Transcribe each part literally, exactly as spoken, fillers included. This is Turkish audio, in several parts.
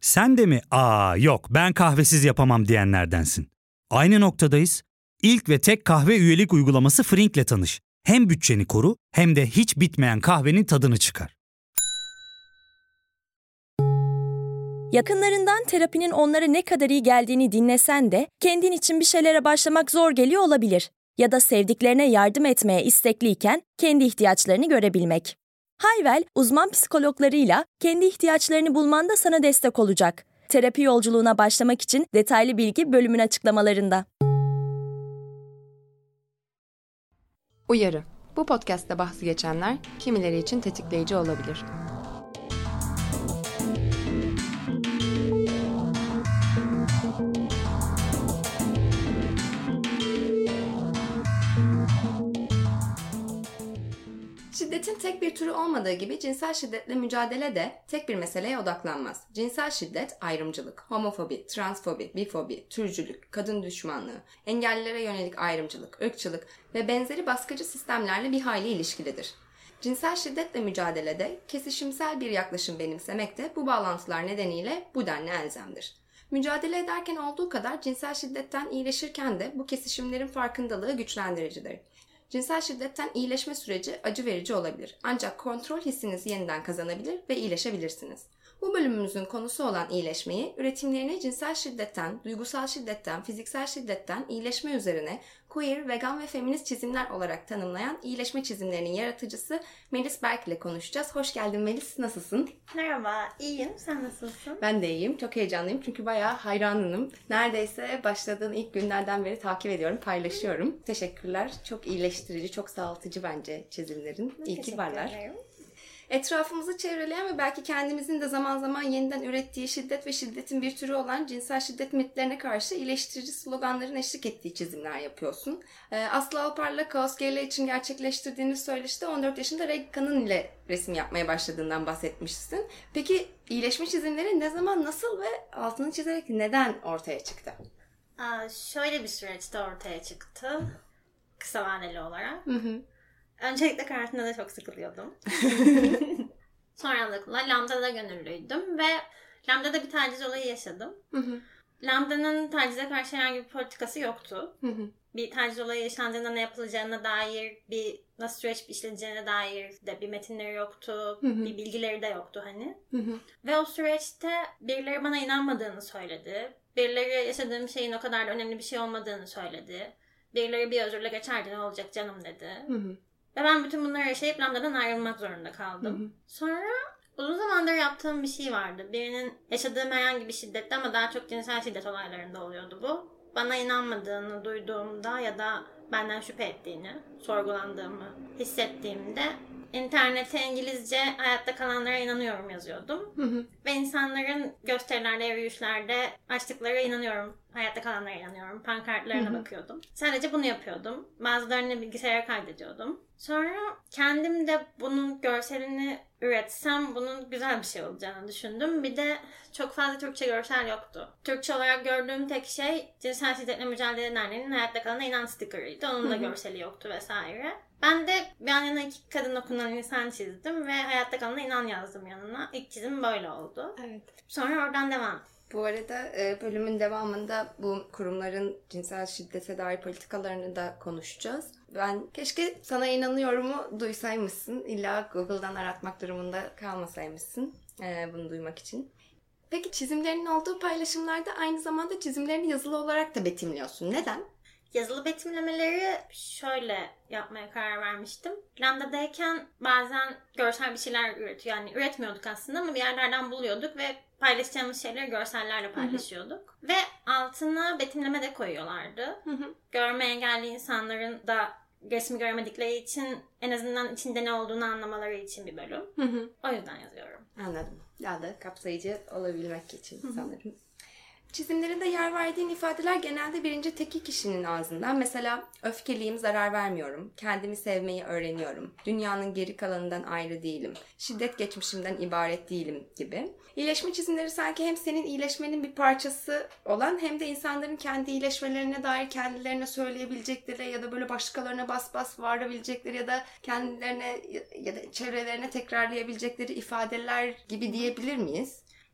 Sen de mi "Aa yok ben kahvesiz yapamam" diyenlerdensin? Aynı noktadayız. İlk ve tek kahve üyelik uygulaması Frink'le tanış. Hem bütçeni koru hem de hiç bitmeyen kahvenin tadını çıkar. Yakınlarından terapinin onlara ne kadar iyi geldiğini dinlesen de kendin için bir şeylere başlamak zor geliyor olabilir. Ya da sevdiklerine yardım etmeye istekliyken kendi ihtiyaçlarını görebilmek. Hayvel, uzman psikologlarıyla kendi ihtiyaçlarını bulmanda sana destek olacak. Terapi yolculuğuna başlamak için detaylı bilgi bölümün açıklamalarında. Uyarı: Bu podcast'te bahsi geçenler kimileri için tetikleyici olabilir. Şiddetin tek bir türü olmadığı gibi cinsel şiddetle mücadele de tek bir meseleye odaklanmaz. Cinsel şiddet, ayrımcılık, homofobi, transfobi, bifobi, türcülük, kadın düşmanlığı, engellilere yönelik ayrımcılık, ırkçılık ve benzeri baskıcı sistemlerle bir hayli ilişkilidir. Cinsel şiddetle mücadelede kesişimsel bir yaklaşım benimsemek de bu bağlantılar nedeniyle bu denli elzemdir. Mücadele ederken olduğu kadar cinsel şiddetten iyileşirken de bu kesişimlerin farkındalığı güçlendiricidir. Cinsel şiddetten iyileşme süreci acı verici olabilir. Ancak kontrol hissinizi yeniden kazanabilir ve iyileşebilirsiniz. Bu bölümümüzün konusu olan iyileşmeyi, üretimlerini cinsel şiddetten, duygusal şiddetten, fiziksel şiddetten iyileşme üzerine queer, vegan ve feminist çizimler olarak tanımlayan iyileşme çizimlerinin yaratıcısı Melis Berk ile konuşacağız. Hoş geldin Melis, nasılsın? Merhaba, iyiyim. Sen nasılsın? Ben de iyiyim. Çok heyecanlıyım çünkü bayağı hayranınım. Neredeyse başladığın ilk günlerden beri takip ediyorum, paylaşıyorum. Teşekkürler. Çok iyileştirici, çok sağaltıcı bence çizimlerin. İyi ki varlar. Ederim. Etrafımızı çevreleyen ve belki kendimizin de zaman zaman yeniden ürettiği şiddet ve şiddetin bir türü olan cinsel şiddet mitlerine karşı iyileştirici sloganların eşlik ettiği çizimler yapıyorsun. Ee, Aslı Alpar'la Kaos G L için gerçekleştirdiğiniz söyleşide on dört yaşında Reg Kanın ile resim yapmaya başladığından bahsetmişsin. Peki iyileşme çizimleri ne zaman, nasıl ve altını çizerek neden ortaya çıktı? Aa, şöyle bir süreçte ortaya çıktı. Kısa vadeli olarak. Hı hı. Öncelikle karantinada çok sıkılıyordum. Sonralıkla Lambda'da gönüllüydüm ve Lambda'da bir taciz olayı yaşadım. Hı hı. Lambda'nın tacize karşı herhangi bir politikası yoktu. Hı hı. Bir taciz olayı yaşandığında ne yapılacağına dair, bir nasıl süreç işleneceğine dair de bir metinleri yoktu, hı hı. bir bilgileri de yoktu hani. Hı hı. Ve o süreçte birileri bana inanmadığını söyledi. Birileri yaşadığım şeyin o kadar da önemli bir şey olmadığını söyledi. Birileri bir özürle geçerdi, ne olacak canım dedi. Hı hı. Ve ben bütün bunları yaşayıp Lambda'dan ayrılmak zorunda kaldım. Hı hı. Sonra uzun zamandır yaptığım bir şey vardı. Birinin yaşadığım herhangi bir şiddette ama daha çok cinsel şiddet olaylarında oluyordu bu. Bana inanmadığını duyduğumda ya da benden şüphe ettiğini, sorgulandığımı hissettiğimde internete İngilizce hayatta kalanlara inanıyorum yazıyordum. Hı hı. Ve insanların gösterilerde, yürüyüşlerde açtıkları inanıyorum, hayatta kalanlara inanıyorum pankartlarına hı hı. bakıyordum. Sadece bunu yapıyordum. Bazılarını bilgisayara kaydediyordum. Sonra kendim de bunun görselini üretsem bunun güzel bir şey olacağını düşündüm. Bir de çok fazla Türkçe görsel yoktu. Türkçe olarak gördüğüm tek şey Cinsel Şiddetle Mücadele Derneği'nin Hayatta Kalana İnan sticker'ıydı. Onun da hı hı. görseli yoktu vesaire. Ben de bir an yana iki kadın okunan insan çizdim ve Hayatta Kalana İnan yazdım yanına. İlk çizim böyle oldu. Evet. Sonra oradan devam. Bu arada bölümün devamında bu kurumların cinsel şiddete dair politikalarını da konuşacağız. Ben keşke sana inanıyorumu duysaymışsın. İlla Google'dan aratmak durumunda kalmasaymışsın bunu duymak için. Peki çizimlerinin olduğu paylaşımlarda aynı zamanda çizimlerini yazılı olarak da betimliyorsun. Neden? Yazılı betimlemeleri şöyle yapmaya karar vermiştim. Lambda'dayken bazen görsel bir şeyler üretiyor. Yani üretmiyorduk aslında ama bir yerlerden buluyorduk ve paylaşacağımız şeyleri görsellerle paylaşıyorduk. Hı hı. Ve altına betimleme de koyuyorlardı. Hı hı. Görme engelli insanların da resmi görmedikleri için en azından içinde ne olduğunu anlamaları için bir bölüm. Hı hı. O yüzden yazıyorum. Anladım. Daha da kapsayıcı olabilmek için hı hı. sanırım. Çizimlerinde yer verdiğin ifadeler genelde birinci tekil kişinin ağzından. Mesela öfkeliyim, zarar vermiyorum, kendimi sevmeyi öğreniyorum, dünyanın geri kalanından ayrı değilim, şiddet geçmişimden ibaret değilim gibi. İyileşme çizimleri sanki hem senin iyileşmenin bir parçası olan hem de insanların kendi iyileşmelerine dair kendilerine söyleyebilecekleri ya da böyle başkalarına bas bas bağırabilecekleri ya da kendilerine ya da çevrelerine tekrarlayabilecekleri ifadeler gibi diyebilir miyiz?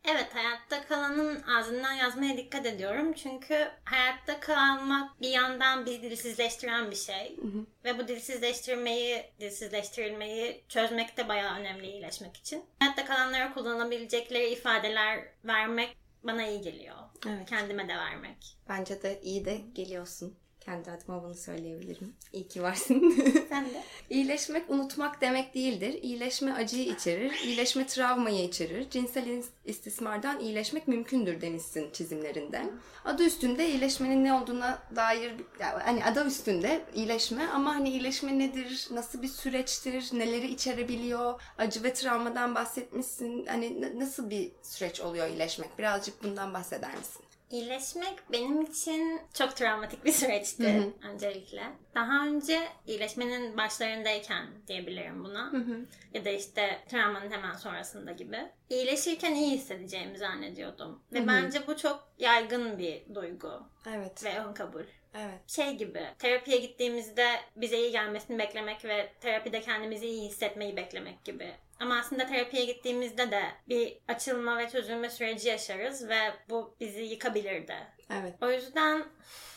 Evet, hayatta kalanın ağzından yazmaya dikkat ediyorum. Çünkü hayatta kalmak bir yandan bizi dilsizleştiren bir şey. Hı hı. Ve bu dilsizleştirmeyi, dilsizleştirilmeyi çözmek de bayağı önemli iyileşmek için. Hayatta kalanlara kullanabilecekleri ifadeler vermek bana iyi geliyor. Evet. Kendime de vermek. Bence de iyi de geliyorsun. Kendi adıma bunu söyleyebilirim. İyi ki varsın. Sen de. İyileşmek unutmak demek değildir. İyileşme acıyı içerir. İyileşme travmayı içerir. Cinsel istismardan iyileşmek mümkündür denilsin çizimlerinde. Adı üstünde iyileşmenin ne olduğuna dair, yani hani adı üstünde iyileşme ama hani iyileşme nedir? Nasıl bir süreçtir? Neleri içerebiliyor? Acı ve travmadan bahsetmişsin. Hani nasıl bir süreç oluyor iyileşmek? Birazcık bundan bahseder misin? İyileşmek benim için çok travmatik bir süreçti. Hı hı. Öncelikle. Daha önce iyileşmenin başlarındayken diyebilirim buna. Hı hı. Ya da işte travmanın hemen sonrasında gibi. İyileşirken iyi hissedeceğimi zannediyordum. Ve hı hı. bence bu çok yaygın bir duygu. Evet. Ve ön kabul. Evet. Şey gibi, terapiye gittiğimizde bize iyi gelmesini beklemek ve terapide kendimizi iyi hissetmeyi beklemek gibi. Ama aslında terapiye gittiğimizde de bir açılma ve çözülme süreci yaşarız ve bu bizi yıkabilir de. Evet. O yüzden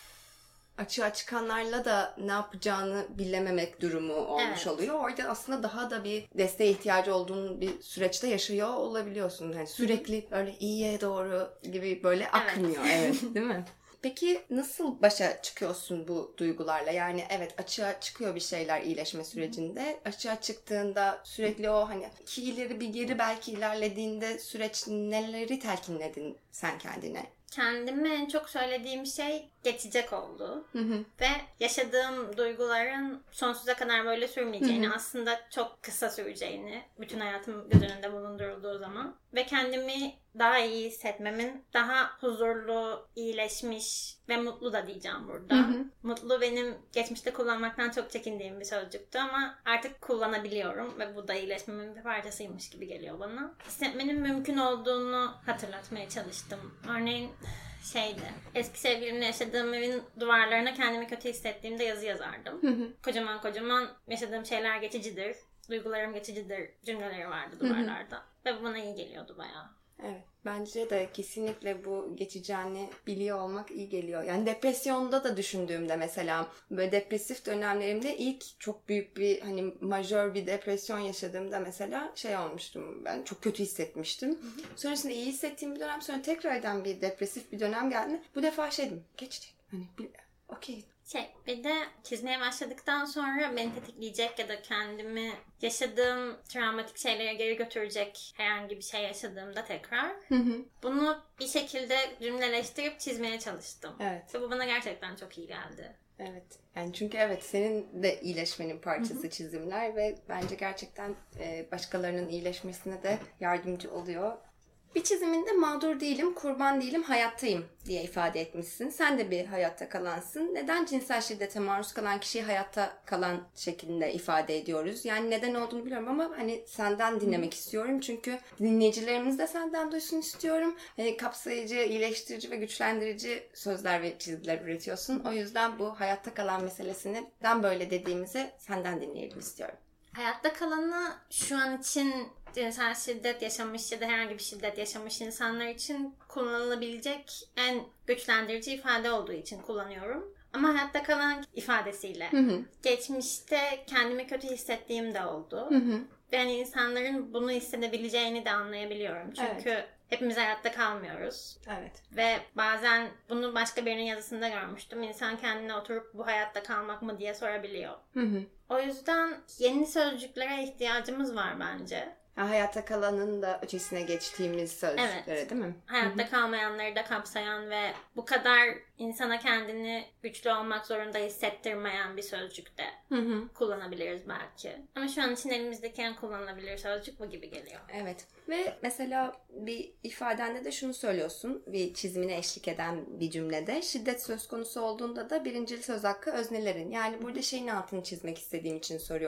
açığa çıkanlarla da ne yapacağını bilememek durumu olmuş evet. oluyor. Orada aslında daha da bir desteğe ihtiyacı olduğun bir süreçte yaşıyor olabiliyorsun. Yani sürekli Hı-hı. böyle iyiye doğru gibi böyle akmıyor. Evet, evet değil mi? Peki nasıl başa çıkıyorsun bu duygularla? Yani evet açığa çıkıyor bir şeyler iyileşme sürecinde. Açığa çıktığında sürekli o hani iki ileri bir geri belki ilerlediğinde süreç neleri telkinledin sen kendine? Kendime en çok söylediğim şey geçecek oldu. Hı hı. Ve yaşadığım duyguların sonsuza kadar böyle sürmeyeceğini, hı hı. aslında çok kısa süreceğini, bütün hayatım göz önünde bulundurulduğu zaman. Ve kendimi daha iyi hissetmemin, daha huzurlu, iyileşmiş ve mutlu da diyeceğim burada. Hı hı. Mutlu benim geçmişte kullanmaktan çok çekindiğim bir sözcüktü ama artık kullanabiliyorum ve bu da iyileşmemin bir parçasıymış gibi geliyor bana. Hissetmenin mümkün olduğunu hatırlatmaya çalıştım. Örneğin şeydi, eski sevgilimle yaşadığım evin duvarlarına kendimi kötü hissettiğimde yazı yazardım. Hı hı. Kocaman kocaman yaşadığım şeyler geçicidir, duygularım geçicidir cümleleri vardı duvarlarda. Hı hı. Ve bana iyi geliyordu bayağı. Evet. Bence de kesinlikle bu geçeceğini biliyor olmak iyi geliyor. Yani depresyonda da düşündüğümde mesela böyle depresif dönemlerimde ilk çok büyük bir hani majör bir depresyon yaşadığımda mesela şey olmuştum. Ben çok kötü hissetmiştim. Hı hı. Sonrasında iyi hissettiğim bir dönem sonra tekrardan bir depresif bir dönem geldi. Bu defa şeydim. Geçecek. Hani okey. Şey, bir de çizmeye başladıktan sonra beni tetikleyecek ya da kendimi yaşadığım travmatik şeylere geri götürecek herhangi bir şey yaşadığımda tekrar hı hı. bunu bir şekilde cümleleştirip çizmeye çalıştım. Evet. Ve bu bana gerçekten çok iyi geldi. Evet. Yani çünkü evet senin de iyileşmenin parçası hı hı. çizimler ve bence gerçekten başkalarının iyileşmesine de yardımcı oluyor. Bir çiziminde mağdur değilim, kurban değilim, hayattayım diye ifade etmişsin. Sen de bir hayatta kalansın. Neden cinsel şiddete maruz kalan kişiyi hayatta kalan şeklinde ifade ediyoruz? Yani neden olduğunu biliyorum ama hani senden dinlemek istiyorum. Çünkü dinleyicilerimiz de senden duysun istiyorum. Hani kapsayıcı, iyileştirici ve güçlendirici sözler ve çizgiler üretiyorsun. O yüzden bu hayatta kalan meselesini neden böyle dediğimizi senden dinleyelim istiyorum. Hayatta kalanı şu an için cinsel şiddet yaşamış ya da herhangi bir şiddet yaşamış insanlar için kullanılabilecek en güçlendirici ifade olduğu için kullanıyorum. Ama hayatta kalan ifadesiyle hı hı. geçmişte kendimi kötü hissettiğim de oldu. Hı hı. Yani insanların bunu hissedebileceğini de anlayabiliyorum. Çünkü evet. hepimiz hayatta kalmıyoruz. Evet. Ve bazen bunu başka birinin yazısında görmüştüm. İnsan kendine oturup bu hayatta kalmak mı diye sorabiliyor. Hı hı. O yüzden yeni sözcüklere ihtiyacımız var bence. Ha, hayatta kalanın da ötesine geçtiğimiz sözcüklere evet. değil mi? Hayatta Hı-hı. kalmayanları da kapsayan ve bu kadar insana kendini güçlü olmak zorunda hissettirmeyen bir sözcük de Hı-hı. kullanabiliriz belki. Ama şu an için elimizdeki en kullanılabilir sözcük bu gibi geliyor. Evet. Ve mesela bir ifadende de şunu söylüyorsun. Bir çizimine eşlik eden bir cümlede. Şiddet söz konusu olduğunda da birincil söz hakkı öznelerin. Yani burada şeyin altını çizmek istediğim için soruyorum.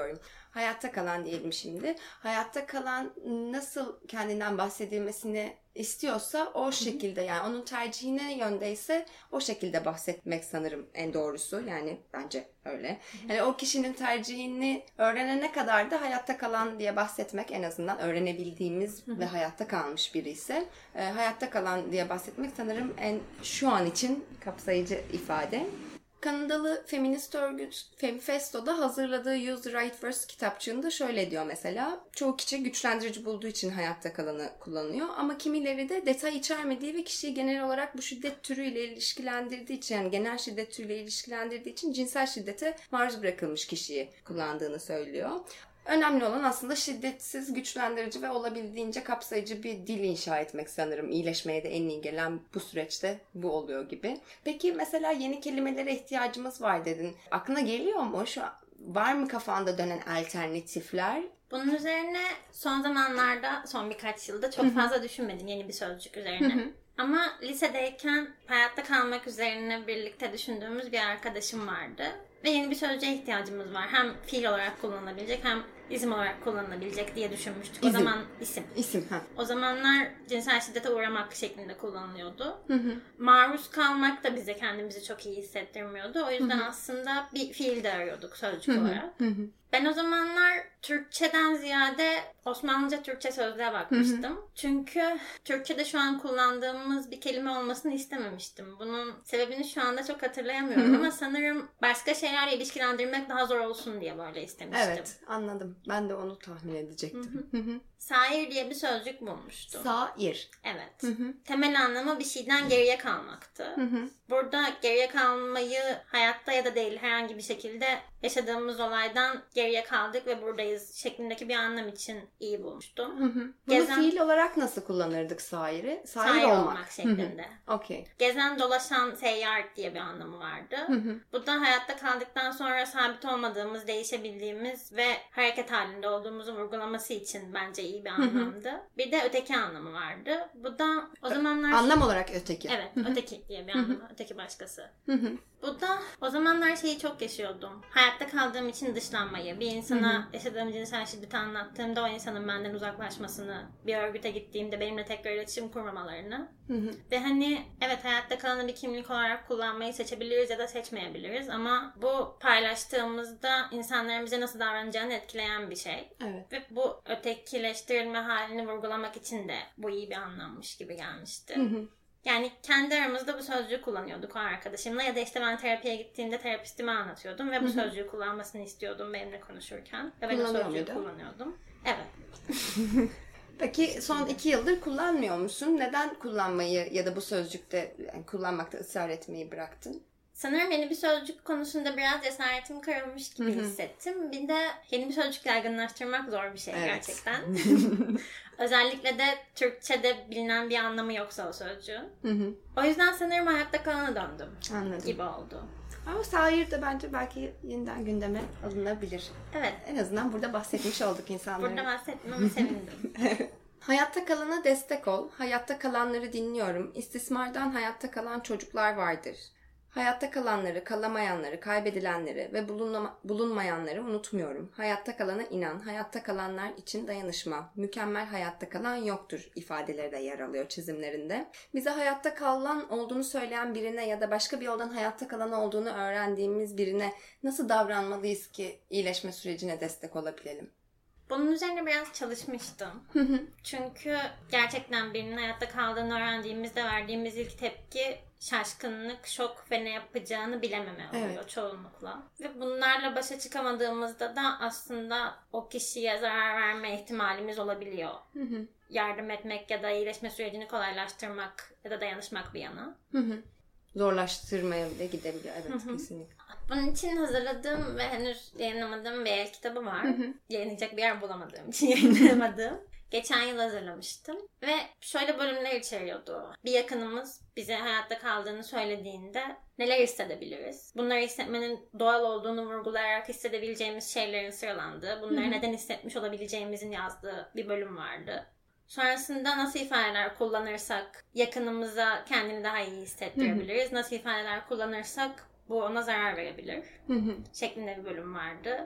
hayatta kalan diyelim şimdi. Hayatta kalan nasıl kendinden bahsedilmesini istiyorsa o şekilde, yani onun tercihine yöndeyse o şekilde bahsetmek sanırım en doğrusu. Yani bence öyle. Yani o kişinin tercihini öğrenene kadar da hayatta kalan diye bahsetmek, en azından öğrenebildiğimiz ve hayatta kalmış biri ise e, hayatta kalan diye bahsetmek sanırım en şu an için kapsayıcı ifade. Kanadalı feminist örgüt Femifesto'da hazırladığı Use the Right Words kitapçığında şöyle diyor mesela. Çoğu kişi güçlendirici bulduğu için hayatta kalanı kullanıyor. Ama kimileri de detay içermediği ve kişiyi genel olarak bu şiddet türüyle ilişkilendirdiği için, yani genel şiddet türüyle ilişkilendirdiği için cinsel şiddete maruz bırakılmış kişiyi kullandığını söylüyor. Önemli olan aslında şiddetsiz, güçlendirici ve olabildiğince kapsayıcı bir dil inşa etmek sanırım. İyileşmeye de en iyi gelen bu süreçte bu oluyor gibi. Peki mesela yeni kelimelere ihtiyacımız var dedin. Aklına geliyor mu? Şu an var mı kafanda dönen alternatifler? Bunun üzerine son zamanlarda, son birkaç yılda çok fazla düşünmedim yeni bir sözcük üzerine. Ama lisedeyken hayatta kalmak üzerine birlikte düşündüğümüz bir arkadaşım vardı. Ve yeni bir sözcüğe ihtiyacımız var. Hem fiil olarak kullanılabilecek hem isim olarak kullanılabilecek diye düşünmüştük. İsim. O zaman isim. İsim. Ha. O zamanlar cinsel şiddete uğramak şeklinde kullanılıyordu. Hı hı. Maruz kalmak da bize kendimizi çok iyi hissettirmiyordu. O yüzden hı hı. aslında bir fiil de arıyorduk sözcük hı hı. olarak. Hı hı. Ben o zamanlar Türkçeden ziyade Osmanlıca Türkçe sözlüğe bakmıştım. Hı hı. Çünkü Türkçe'de şu an kullandığımız bir kelime olmasını istememiştim. Bunun sebebini şu anda çok hatırlayamıyorum hı hı. ama sanırım başka şeylerle ilişkilendirmek daha zor olsun diye böyle istemiştim. Evet, anladım. Ben de onu tahmin edecektim. Hı hı. Sair diye bir sözcük bulmuştum. Sair. Evet. Hı hı. Temel anlamı bir şeyden geriye kalmaktı. Hı hı. Burada geriye kalmayı hayatta ya da değil herhangi bir şekilde yaşadığımız olaydan geriye kaldık ve buradayız şeklindeki bir anlam için iyi bulmuştum. Hı hı. Bunu Gezen... fiil olarak nasıl kullanırdık sairi? Sair, sair olmak. olmak şeklinde. Okay. Gezen, dolaşan, seyyar diye bir anlamı vardı. Hı hı. Bu da hayatta kaldıktan sonra sabit olmadığımız, değişebildiğimiz ve hareket halinde olduğumuzu vurgulaması için bence iyi bir anlamdı. Hı hı. Bir de öteki anlamı vardı. Bu da o zamanlar... Anlam olarak öteki. Evet, hı hı. öteki diye bir anlamı. Hı hı. Öteki başkası. Hı hı. Bu da o zamanlar şeyi çok yaşıyordum. Hayatta kaldığım için dışlanmayı. Bir insana hı hı. yaşadığım cinsel şiddeti anlattığımda o insanın benden uzaklaşmasını, bir örgüte gittiğimde benimle tekrar iletişim kurmamalarını. Hı hı. Ve hani evet hayatta kalanı bir kimlik olarak kullanmayı seçebiliriz ya da seçmeyebiliriz ama bu paylaştığımızda insanların bize nasıl davranacağını etkileyen bir şey. Evet. Ve bu ötekileştirilme halini vurgulamak için de bu iyi bir anlammış gibi gelmişti. Hı hı. Yani kendi aramızda bu sözcüğü kullanıyorduk o arkadaşımla ya da işte ben terapiye gittiğimde terapistime anlatıyordum ve bu sözcüğü kullanmasını istiyordum benimle konuşurken. Ve ben o sözcüğü muydu? kullanıyordum. Evet. Peki son iki yıldır kullanmıyor musun? Neden kullanmayı ya da bu sözcükte yani kullanmakta ısrar etmeyi bıraktın? Sanırım yeni bir sözcük konusunda biraz cesaretim kırılmış gibi Hı-hı. hissettim. Bir de yeni bir sözcük yaygınlaştırmak zor bir şey evet. gerçekten. Özellikle de Türkçe'de bilinen bir anlamı yoksa o sözcüğün. Hı-hı. O yüzden sanırım hayatta kalana döndüm Anladım. gibi oldu. Ama sair de bence belki yeniden gündeme alınabilir. Evet. En azından burada bahsetmiş olduk insanlara. Burada bahsetmeme sevindim. Hayatta kalana destek ol. Hayatta kalanları dinliyorum. İstismardan hayatta kalan çocuklar vardır. Hayatta kalanları, kalamayanları, kaybedilenleri ve bulunma, bulunmayanları unutmuyorum. Hayatta kalana inan, hayatta kalanlar için dayanışma. Mükemmel hayatta kalan yoktur ifadeleri de yer alıyor çizimlerinde. Bize hayatta kalan olduğunu söyleyen birine ya da başka bir yoldan hayatta kalan olduğunu öğrendiğimiz birine nasıl davranmalıyız ki iyileşme sürecine destek olabilelim? Bunun üzerine biraz çalışmıştım. Çünkü gerçekten birinin hayatta kaldığını öğrendiğimizde verdiğimiz ilk tepki şaşkınlık, şok ve ne yapacağını bilememe oluyor evet. çoğunlukla. Ve bunlarla başa çıkamadığımızda da aslında o kişiye zarar verme ihtimalimiz olabiliyor. Hı hı. Yardım etmek ya da iyileşme sürecini kolaylaştırmak ya da dayanışmak bir yana. Hı hı. Zorlaştırmaya bile gidebiliyor. Evet hı hı. kesinlikle. Bunun için hazırladığım ve henüz yayınlamadığım bir el kitabı var. Hı hı. Yayınlayacak bir yer bulamadığım için yayınlayamadığım. Geçen yıl hazırlamıştım. Ve şöyle bölümler içeriyordu. Bir yakınımız bize hayatta kaldığını söylediğinde neler hissedebiliriz? Bunları hissetmenin doğal olduğunu vurgulayarak hissedebileceğimiz şeylerin sıralandığı, bunları Hı-hı. neden hissetmiş olabileceğimizin yazdığı bir bölüm vardı. Sonrasında nasıl ifadeler kullanırsak yakınımıza kendini daha iyi hissettirebiliriz. Hı-hı. Nasıl ifadeler kullanırsak bu ona zarar verebilir. Hı-hı. şeklinde bir bölüm vardı.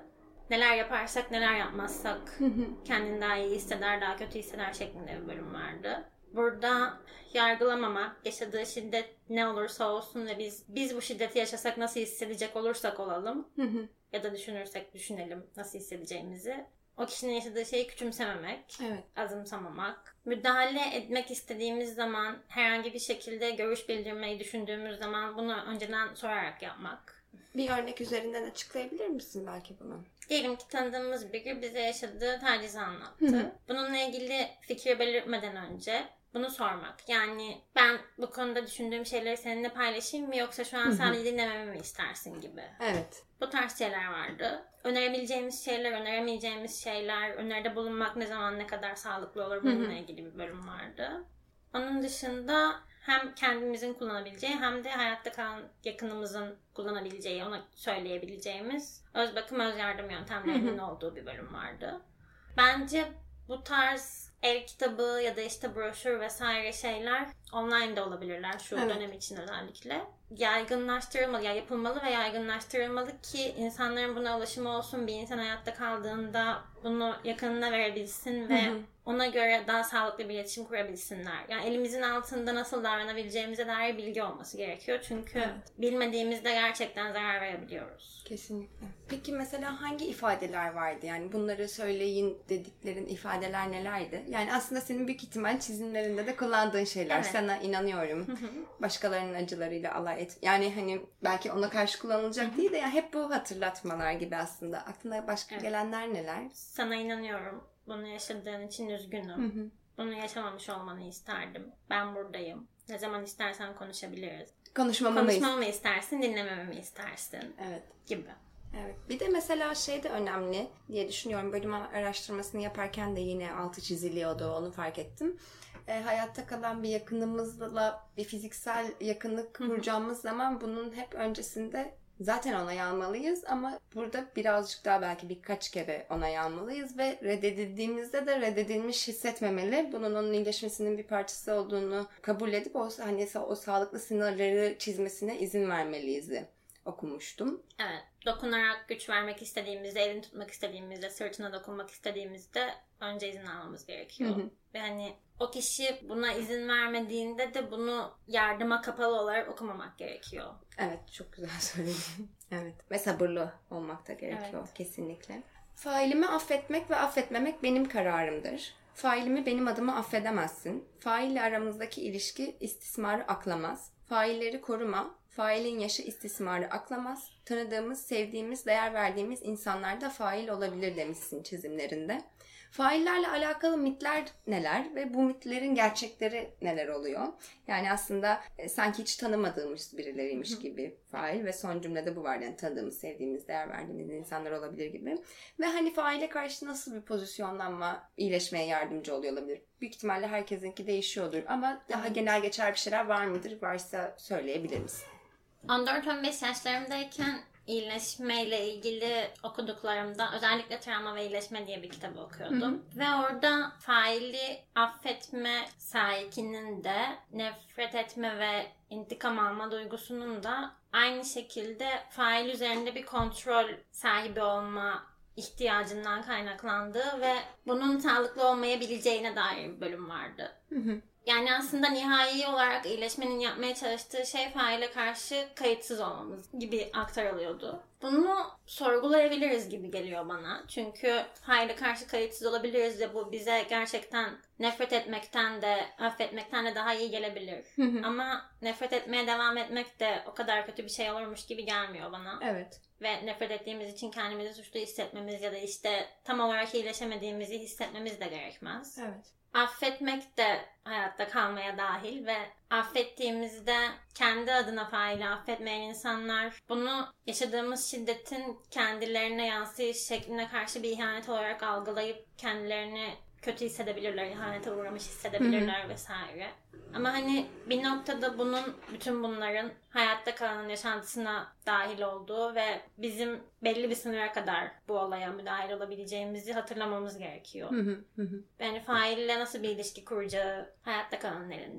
neler yaparsak neler yapmazsak kendini daha iyi hisseder, daha kötü hisseder şeklinde bir bölüm vardı. Burada yargılamamak, yaşadığı şiddet ne olursa olsun ve biz biz bu şiddeti yaşasak nasıl hissedecek olursak olalım ya da düşünürsek düşünelim nasıl hissedeceğimizi. O kişinin yaşadığı şeyi küçümsememek, evet. azımsamamak, müdahale etmek istediğimiz zaman, herhangi bir şekilde görüş bildirmeyi düşündüğümüz zaman bunu önceden sorarak yapmak. Bir örnek üzerinden açıklayabilir misin belki bunu? Diyelim ki tanıdığımız biri bize yaşadığı tacizi anlattı. Hı hı. Bununla ilgili fikir belirtmeden önce bunu sormak. Yani ben bu konuda düşündüğüm şeyleri seninle paylaşayım mı yoksa şu an sadece dinlememi mi istersin gibi. Evet. Bu tarz şeyler vardı. Önerebileceğimiz şeyler, öneremeyeceğimiz şeyler, öneride bulunmak ne zaman ne kadar sağlıklı olur bununla ilgili bir bölüm vardı. Onun dışında hem kendimizin kullanabileceği hem de hayatta kalan yakınımızın kullanabileceği, ona söyleyebileceğimiz öz bakım, öz yardım yöntemlerinin olduğu bir bölüm vardı. Bence bu tarz el kitabı ya da işte broşür vesaire şeyler online de olabilirler şu evet. dönem için özellikle. Yaygınlaştırılmalı, ya yapılmalı ve yaygınlaştırılmalı ki insanların buna ulaşımı olsun. Bir insan hayatta kaldığında bunu yakınına verebilsin ve hı hı. ona göre daha sağlıklı bir iletişim kurabilsinler. Yani elimizin altında nasıl davranabileceğimize dair bilgi olması gerekiyor. Çünkü evet. bilmediğimizde gerçekten zarar verebiliyoruz. Kesinlikle. Peki mesela hangi ifadeler vardı? Yani bunları söyleyin dediklerin ifadeler nelerdi? Yani aslında senin büyük ihtimal çizimlerinde de kullandığın şeyler. Evet. Sana inanıyorum. Hı hı. Başkalarının acılarıyla alay et. Yani hani belki ona karşı kullanılacak hı hı. değil de yani hep bu hatırlatmalar gibi aslında. Aklına başka evet. gelenler neler? Sana inanıyorum. Bunu yaşadığın için üzgünüm. Hı hı. Bunu yaşamamış olmanı isterdim. Ben buradayım. Ne zaman istersen konuşabiliriz. Konuşmamı, Konuşmamı istersin, dinlemememi mi istersin? Evet. Gibi. Evet. Bir de mesela şey de önemli diye düşünüyorum. Bölüm araştırmasını yaparken de yine altı çiziliyordu. Onu fark ettim. E, hayatta kalan bir yakınımızla bir fiziksel yakınlık kuracağımız zaman bunun hep öncesinde zaten onay almalıyız ama burada birazcık daha belki birkaç kere onay almalıyız ve reddedildiğimizde de reddedilmiş hissetmemeli. Bunun onun iyileşmesinin bir parçası olduğunu kabul edip o, hani, o sağlıklı sınırları çizmesine izin vermeliyiz de okumuştum. Evet. Dokunarak güç vermek istediğimizde, elini tutmak istediğimizde, sırtına dokunmak istediğimizde önce izin almamız gerekiyor. Hı hı. Ve hani o kişi buna izin vermediğinde de bunu yardıma kapalı olarak okumamak gerekiyor. Evet, çok güzel söyledin. Evet. Ve sabırlı olmak da gerekiyor. Evet. Kesinlikle. Failimi affetmek ve affetmemek benim kararımdır. Failimi benim adıma affedemezsin. Faille aramızdaki ilişki istismarı aklamaz. Failleri koruma. Failin yaşı istismarı aklamaz. Tanıdığımız, sevdiğimiz, değer verdiğimiz insanlar da fail olabilir demişsin çizimlerinde. Faillerle alakalı mitler neler ve bu mitlerin gerçekleri neler oluyor? Yani aslında e, sanki hiç tanımadığımız birileriymiş gibi fail ve son cümlede bu var. Yani tanıdığımız, sevdiğimiz, değer verdiğimiz insanlar olabilir gibi. Ve hani faile karşı nasıl bir pozisyonlanma iyileşmeye yardımcı oluyor olabilir? Büyük ihtimalle herkesinki değişiyordur ama daha evet. genel geçer bir şeyler var mıdır? Varsa söyleyebilir misin? on dört on beş yaşlarımdayken iyileşmeyle ilgili okuduklarımda özellikle Travma ve İyileşme diye bir kitabı okuyordum. Hı hı. Ve orada faili affetme sahikinin de nefret etme ve intikam alma duygusunun da aynı şekilde fail üzerinde bir kontrol sahibi olma ihtiyacından kaynaklandığı ve bunun sağlıklı olmayabileceğine dair bir bölüm vardı. Hı hı. Yani aslında nihai olarak iyileşmenin yapmaya çalıştığı şey faile karşı kayıtsız olmamız gibi aktarılıyordu. Bunu sorgulayabiliriz gibi geliyor bana. Çünkü faile karşı kayıtsız olabiliriz ve bu bize gerçekten nefret etmekten de affetmekten de daha iyi gelebilir. Ama nefret etmeye devam etmek de o kadar kötü bir şey olurmuş gibi gelmiyor bana. Evet. Ve nefret ettiğimiz için kendimizi suçlu hissetmemiz ya da işte tam olarak iyileşemediğimizi hissetmemiz de gerekmez. Evet. Affetmek de hayatta kalmaya dahil ve affettiğimizde kendi adına faili affetmeyen insanlar bunu yaşadığımız şiddetin kendilerine yansıyış şekline karşı bir ihanet olarak algılayıp kendilerini kötü hissedebilirler, ihanete uğramış hissedebilirler Hı-hı. vesaire. Ama hani bir noktada bunun, bütün bunların hayatta kalanın yaşantısına dahil olduğu ve bizim belli bir sınıra kadar bu olaya müdahil olabileceğimizi hatırlamamız gerekiyor. Hı hı hı. Yani faille nasıl bir ilişki kuracağı hayatta kalanın elinde.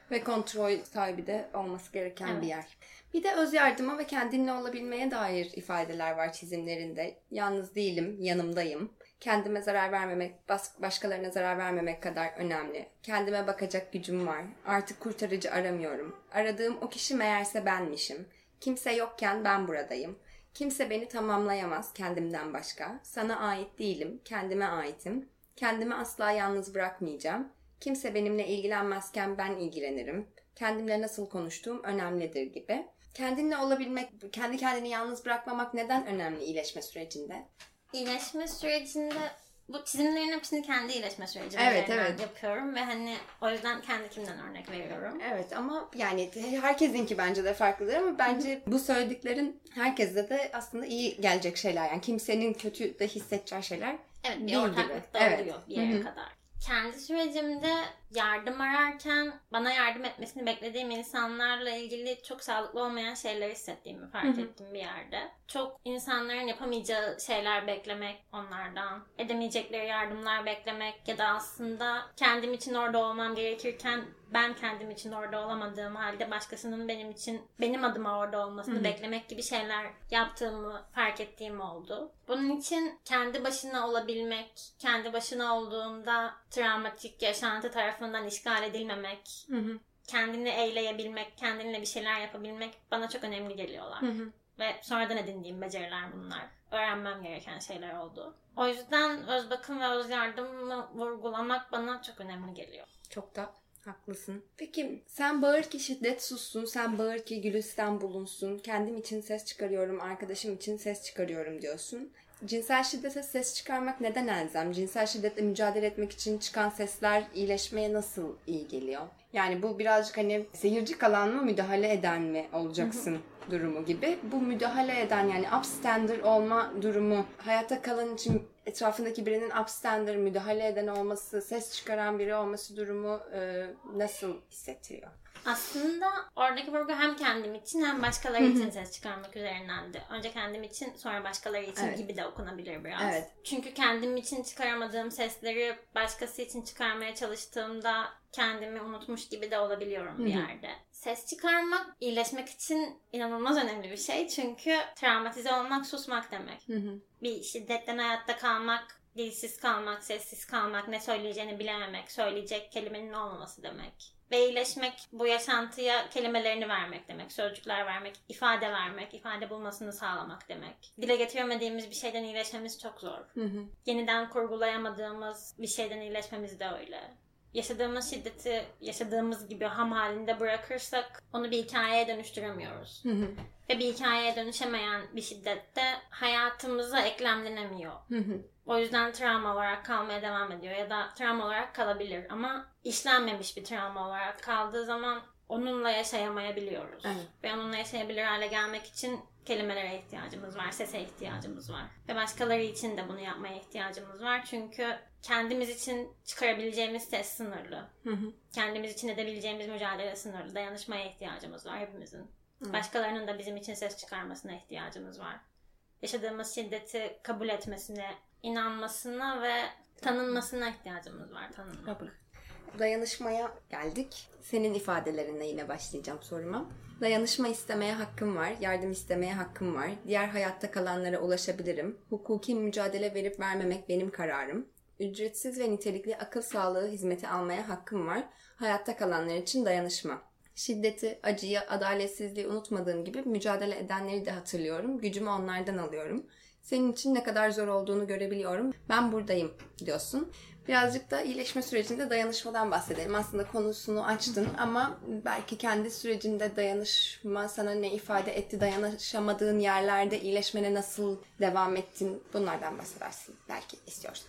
Ve kontrol sahibi de olması gereken Evet. bir yer. Bir de öz yardıma ve kendinle olabilmeye dair ifadeler var çizimlerinde. Yalnız değilim, yanımdayım. Kendime zarar vermemek, bas- başkalarına zarar vermemek kadar önemli. Kendime bakacak gücüm var. Artık kurtarıcı aramıyorum. Aradığım o kişi meğerse benmişim. Kimse yokken ben buradayım. Kimse beni tamamlayamaz kendimden başka. Sana ait değilim, kendime aitim. Kendimi asla yalnız bırakmayacağım. Kimse benimle ilgilenmezken ben ilgilenirim. Kendimle nasıl konuştuğum önemlidir gibi. Kendinle olabilmek, kendi kendini yalnız bırakmamak neden önemli iyileşme sürecinde? İyileşme sürecinde bu çizimlerin hepsini kendi iyileşme sürecim Evet, üzerinden evet. yapıyorum ve hani o yüzden kendi kimden örnek veriyorum. Evet ama yani herkesinki bence de farklıdır ama bence bu söylediklerin herkese de aslında iyi gelecek şeyler. Yani kimsenin kötü de hissedeceği şeyler Evet, bir değil ortaklık da gibi. Evet. oluyor bir yere Hı hı. kadar. Kendi sürecimde yardım ararken bana yardım etmesini beklediğim insanlarla ilgili çok sağlıklı olmayan şeyler hissettiğimi fark Hı hı. ettim bir yerde. Çok insanların yapamayacağı şeyler beklemek onlardan, edemeyecekleri yardımlar beklemek ya da aslında kendim için orada olmam gerekirken ben kendim için orada olamadığım halde başkasının benim için benim adıma orada olmasını Hı hı. beklemek gibi şeyler yaptığımı fark ettiğim oldu. Bunun için kendi başına olabilmek, kendi başına olduğunda travmatik yaşantı tarafından işgal edilmemek, Hı hı. kendini eğleyebilmek, kendinle bir şeyler yapabilmek bana çok önemli geliyorlar. Hı hı. Ve sonradan edindiğim beceriler bunlar. Öğrenmem gereken şeyler oldu. O yüzden öz bakım ve öz yardımı vurgulamak bana çok önemli geliyor. Çok da haklısın. Peki sen bağır ki şiddet sussun, sen bağır ki Gülistan bulunsun, kendim için ses çıkarıyorum, arkadaşım için ses çıkarıyorum diyorsun. Cinsel şiddete ses çıkarmak neden elzem? Cinsel şiddetle mücadele etmek için çıkan sesler iyileşmeye nasıl iyi geliyor? Yani bu birazcık hani seyirci kalan mı, müdahale eden mi olacaksın durumu gibi. Bu müdahale eden yani upstander olma durumu hayatta kalan için etrafındaki birinin upstander, müdahale eden olması, ses çıkaran biri olması durumu e, nasıl hissettiriyor? Aslında oradaki vurgu hem kendim için hem başkaları için ses çıkarmak üzerindendi. Önce kendim için sonra başkaları için Evet. gibi de okunabilir biraz. Evet. Çünkü kendim için çıkaramadığım sesleri başkası için çıkarmaya çalıştığımda kendimi unutmuş gibi de olabiliyorum bir Hı hı. yerde. Ses çıkarmak iyileşmek için inanılmaz önemli bir şey. Çünkü travmatize olmak susmak demek. Hı hı. Bir şiddetten hayatta kalmak, dilsiz kalmak, sessiz kalmak, ne söyleyeceğini bilememek, söyleyecek kelimenin olmaması demek. Ve iyileşmek bu yaşantıya kelimelerini vermek demek, sözcükler vermek, ifade vermek, ifade bulmasını sağlamak demek. Dile getiremediğimiz bir şeyden iyileşmemiz çok zor. Hı hı. Yeniden kurgulayamadığımız bir şeyden iyileşmemiz de öyle. Yaşadığımız şiddeti yaşadığımız gibi ham halinde bırakırsak onu bir hikayeye dönüştüremiyoruz. Hı hı. Ve bir hikayeye dönüşemeyen bir şiddet de hayatımıza eklemlenemiyor. Hı hı. O yüzden travma olarak kalmaya devam ediyor ya da travma olarak kalabilir ama işlenmemiş bir travma olarak kaldığı zaman onunla yaşayamayabiliyoruz. Evet. Ve onunla yaşayabilir hale gelmek için kelimelere ihtiyacımız var, sese ihtiyacımız var. Ve başkaları için de bunu yapmaya ihtiyacımız var. Çünkü kendimiz için çıkarabileceğimiz ses sınırlı. Hı hı. Kendimiz için edebileceğimiz mücadele sınırlı. Dayanışmaya ihtiyacımız var hepimizin. Evet. Başkalarının da bizim için ses çıkarmasına ihtiyacımız var. Yaşadığımız şiddeti kabul etmesine, inanmasına ve tanınmasına ihtiyacımız var. Tanınmak. Dayanışmaya geldik. Senin ifadelerinle yine başlayacağım soruma. Dayanışma istemeye hakkım var, yardım istemeye hakkım var. Diğer hayatta kalanlara ulaşabilirim. Hukuki mücadele verip vermemek benim kararım. Ücretsiz ve nitelikli akıl sağlığı hizmeti almaya hakkım var. Hayatta kalanlar için dayanışma. Şiddeti, acıyı, adaletsizliği unutmadığım gibi mücadele edenleri de hatırlıyorum. Gücümü onlardan alıyorum. Senin için ne kadar zor olduğunu görebiliyorum. Ben buradayım diyorsun. Birazcık da iyileşme sürecinde dayanışmadan bahsedelim. Aslında konusunu açtın ama belki kendi sürecinde dayanışma sana ne ifade etti, dayanışamadığın yerlerde iyileşmene nasıl devam ettin, bunlardan bahsedersin belki istiyorsan.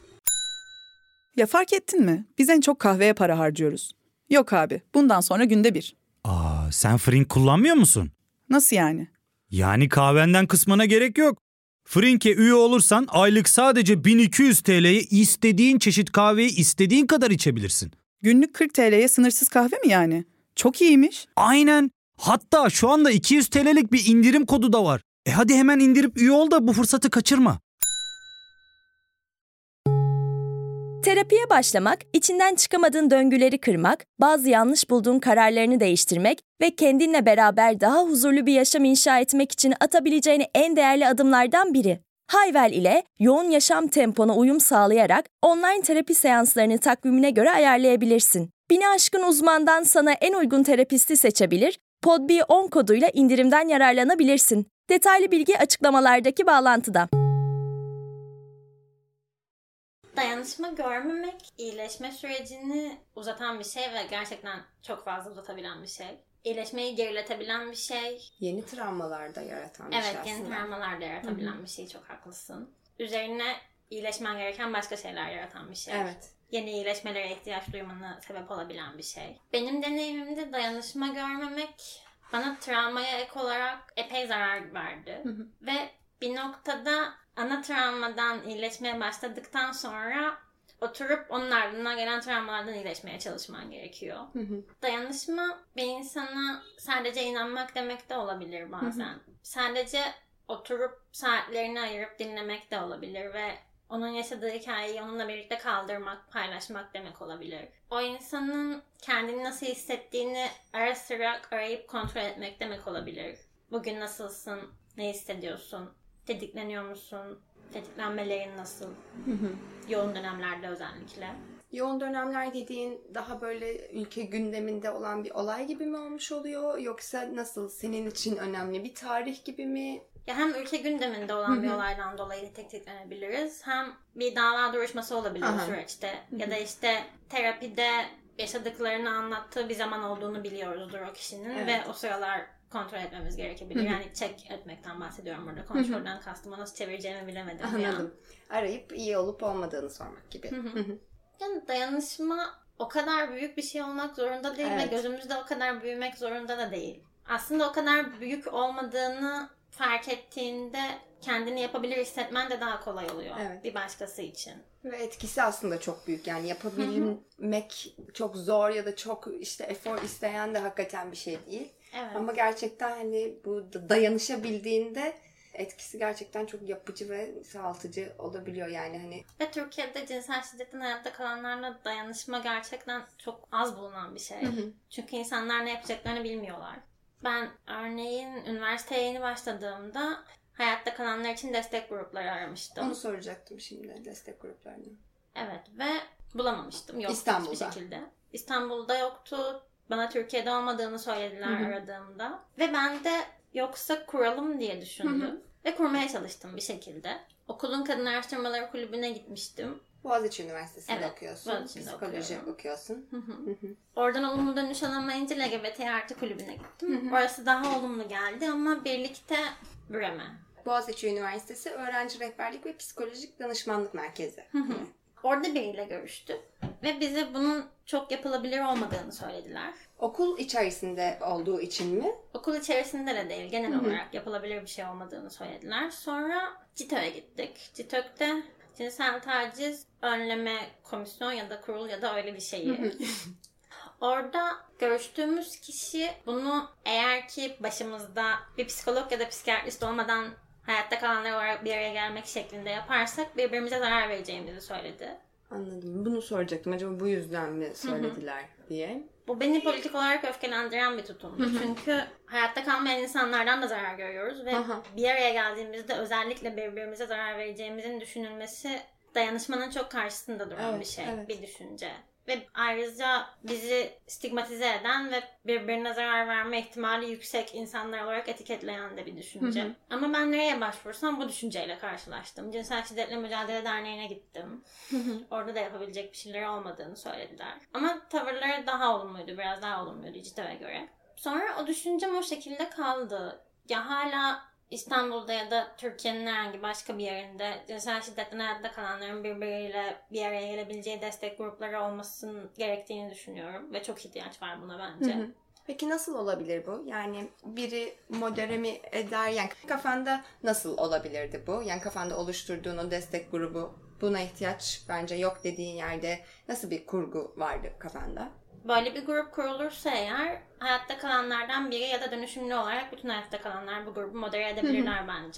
Ya fark ettin mi? Biz en çok kahveye para harcıyoruz. Yok abi, bundan sonra günde bir. Aa, sen Frink kullanmıyor musun? Nasıl yani? Yani kahvenden kısmına gerek yok. Frink'e üye olursan aylık sadece bin iki yüz T L'ye istediğin çeşit kahveyi istediğin kadar içebilirsin. Günlük kırk T L'ye sınırsız kahve mi yani? Çok iyiymiş. Aynen. Hatta şu anda iki yüz T L'lik bir indirim kodu da var. E hadi hemen indirip üye ol da bu fırsatı kaçırma. Terapiye başlamak, içinden çıkamadığın döngüleri kırmak, bazı yanlış bulduğun kararlarını değiştirmek ve kendinle beraber daha huzurlu bir yaşam inşa etmek için atabileceğin en değerli adımlardan biri. Hayvel ile yoğun yaşam tempona uyum sağlayarak online terapi seanslarını takvimine göre ayarlayabilirsin. Bini aşkın uzmandan sana en uygun terapisti seçebilir, Pod B on koduyla indirimden yararlanabilirsin. Detaylı bilgi açıklamalardaki bağlantıda. Dayanışma görmemek, iyileşme sürecini uzatan bir şey ve gerçekten çok fazla uzatabilen bir şey. İyileşmeyi geriletebilen bir şey. Yeni travmalar da yaratan bir evet, şey aslında. Evet, yeni travmalar da yaratabilen Hı-hı. bir şey. Çok haklısın. Üzerine iyileşmen gereken başka şeyler yaratan bir şey. Evet. Yeni iyileşmelere ihtiyaç duymana sebep olabilen bir şey. Benim deneyimimde dayanışma görmemek bana travmaya ek olarak epey zarar verdi. Hı-hı. Ve bir noktada ana travmadan iyileşmeye başladıktan sonra oturup onun ardından gelen travmalardan iyileşmeye çalışman gerekiyor. Hı hı. Dayanışma bir insana sadece inanmak demek de olabilir bazen. Hı hı. Sadece oturup saatlerini ayırıp dinlemek de olabilir ve onun yaşadığı hikayeyi onunla birlikte kaldırmak, paylaşmak demek olabilir. O insanın kendini nasıl hissettiğini ara sıra arayıp kontrol etmek demek olabilir. Bugün nasılsın? Ne hissediyorsun? Tetikleniyor musun? Tetiklenmelerin nasıl? Hı hı. Yoğun dönemlerde özellikle. Yoğun dönemler dediğin daha böyle ülke gündeminde olan bir olay gibi mi olmuş oluyor? Yoksa nasıl, senin için önemli bir tarih gibi mi? Ya hem ülke gündeminde olan Hı-hı. bir olaydan dolayı tetiklenebiliriz. Hem bir dava duruşması olabilir Aha. o süreçte. Hı-hı. Ya da işte terapide yaşadıklarını anlattığı bir zaman olduğunu biliyoruzdur o kişinin. Evet. Ve o sıralar kontrol etmemiz gerekebilir. Hı-hı. Yani check etmekten bahsediyorum burada. Kontrolden kastım, nasıl çevireceğimi bilemedim. Anladım. Yani. Arayıp iyi olup olmadığını sormak gibi. Hı hı. Yani dayanışma o kadar büyük bir şey olmak zorunda değil evet. ve gözümüzde o kadar büyümek zorunda da değil. Aslında o kadar büyük olmadığını fark ettiğinde kendini yapabilir hissetmen de daha kolay oluyor evet. bir başkası için. Ve etkisi aslında çok büyük. Yani yapabilmek çok zor ya da çok işte efor isteyen de hakikaten bir şey değil. Evet. Ama gerçekten hani bu dayanışabildiğinde etkisi gerçekten çok yapıcı ve sağaltıcı olabiliyor yani hani. Ve Türkiye'de cinsel şiddetin hayatta kalanlarla dayanışma gerçekten çok az bulunan bir şey. Hı hı. Çünkü insanlar ne yapacaklarını bilmiyorlar. Ben örneğin üniversiteye yeni başladığımda hayatta kalanlar için destek grupları aramıştım. Onu soracaktım şimdi, destek gruplarını. Evet ve bulamamıştım. Yoktu İstanbul'da. Hiçbir şekilde. İstanbul'da yoktu. Bana Türkiye'de olmadığını söylediler Hı-hı. aradığımda. Ve ben de yoksa kuralım diye düşündüm. Hı-hı. Ve kurmaya çalıştım bir şekilde. Okulun Kadın Araştırmaları Kulübü'ne gitmiştim. Boğaziçi Üniversitesi'nde evet, okuyorsun. Boğaziçi'nde Psikoloji okuyorum. okuyorsun. Hı hı. Oradan olumlu dönüş alamayınca L G B T artı kulübüne gittim. Hı hı. Orası daha olumlu geldi ama birlikte Büreme. Boğaziçi Üniversitesi Öğrenci Rehberlik ve Psikolojik Danışmanlık Merkezi. Hı hı. Orada biriyle görüştük ve bize bunun çok yapılabilir olmadığını söylediler. Okul içerisinde olduğu için mi? Okul içerisinde de değil. Genel Hı-hı. olarak yapılabilir bir şey olmadığını söylediler. Sonra CİTÖ'ye gittik. CİTÖK'te cinsel taciz önleme komisyon ya da kurul ya da öyle bir şeyi. Orada görüştüğümüz kişi bunu eğer ki başımızda bir psikolog ya da psikiyatrist olmadan hayatta kalanlar olarak bir araya gelmek şeklinde yaparsak birbirimize zarar vereceğimizi söyledi. Anladım. Bunu soracaktım. Acaba bu yüzden mi söylediler Hı-hı. diye. Bu beni politik olarak öfkelendiren bir tutumdu. Hı-hı. Çünkü hayatta kalmayan insanlardan da zarar görüyoruz ve Hı-hı. bir araya geldiğimizde özellikle birbirimize zarar vereceğimizin düşünülmesi dayanışmanın çok karşısında duran evet, bir şey, evet. bir düşünce. Ve ayrıca bizi stigmatize eden ve birbirine zarar verme ihtimali yüksek insanlar olarak etiketleyen de bir düşünce. Hı hı. Ama ben nereye başvursam bu düşünceyle karşılaştım. Cinsel Şiddetle Mücadele Derneği'ne gittim. Hı hı. Orada da yapabilecek bir şeyler olmadığını söylediler. Ama tavırları daha olumluydu, biraz daha olumluydu CİTÖ'ye göre. Sonra o düşüncem o şekilde kaldı. Ya hala İstanbul'da ya da Türkiye'nin herhangi başka bir yerinde cinsel şiddetten hayatta kalanların birbiriyle bir araya gelebileceği destek grupları olmasının gerektiğini düşünüyorum. Ve çok ihtiyaç var buna bence. Hı hı. Peki nasıl olabilir bu? Yani biri modere mi eder? Yani kafanda nasıl olabilirdi bu? Yani kafanda oluşturduğun o destek grubu, buna ihtiyaç bence yok dediğin yerde nasıl bir kurgu vardı kafanda? Böyle bir grup kurulursa eğer hayatta kalanlardan biri ya da dönüşümlü olarak bütün hayatta kalanlar bu grubu modere edebilirler bence.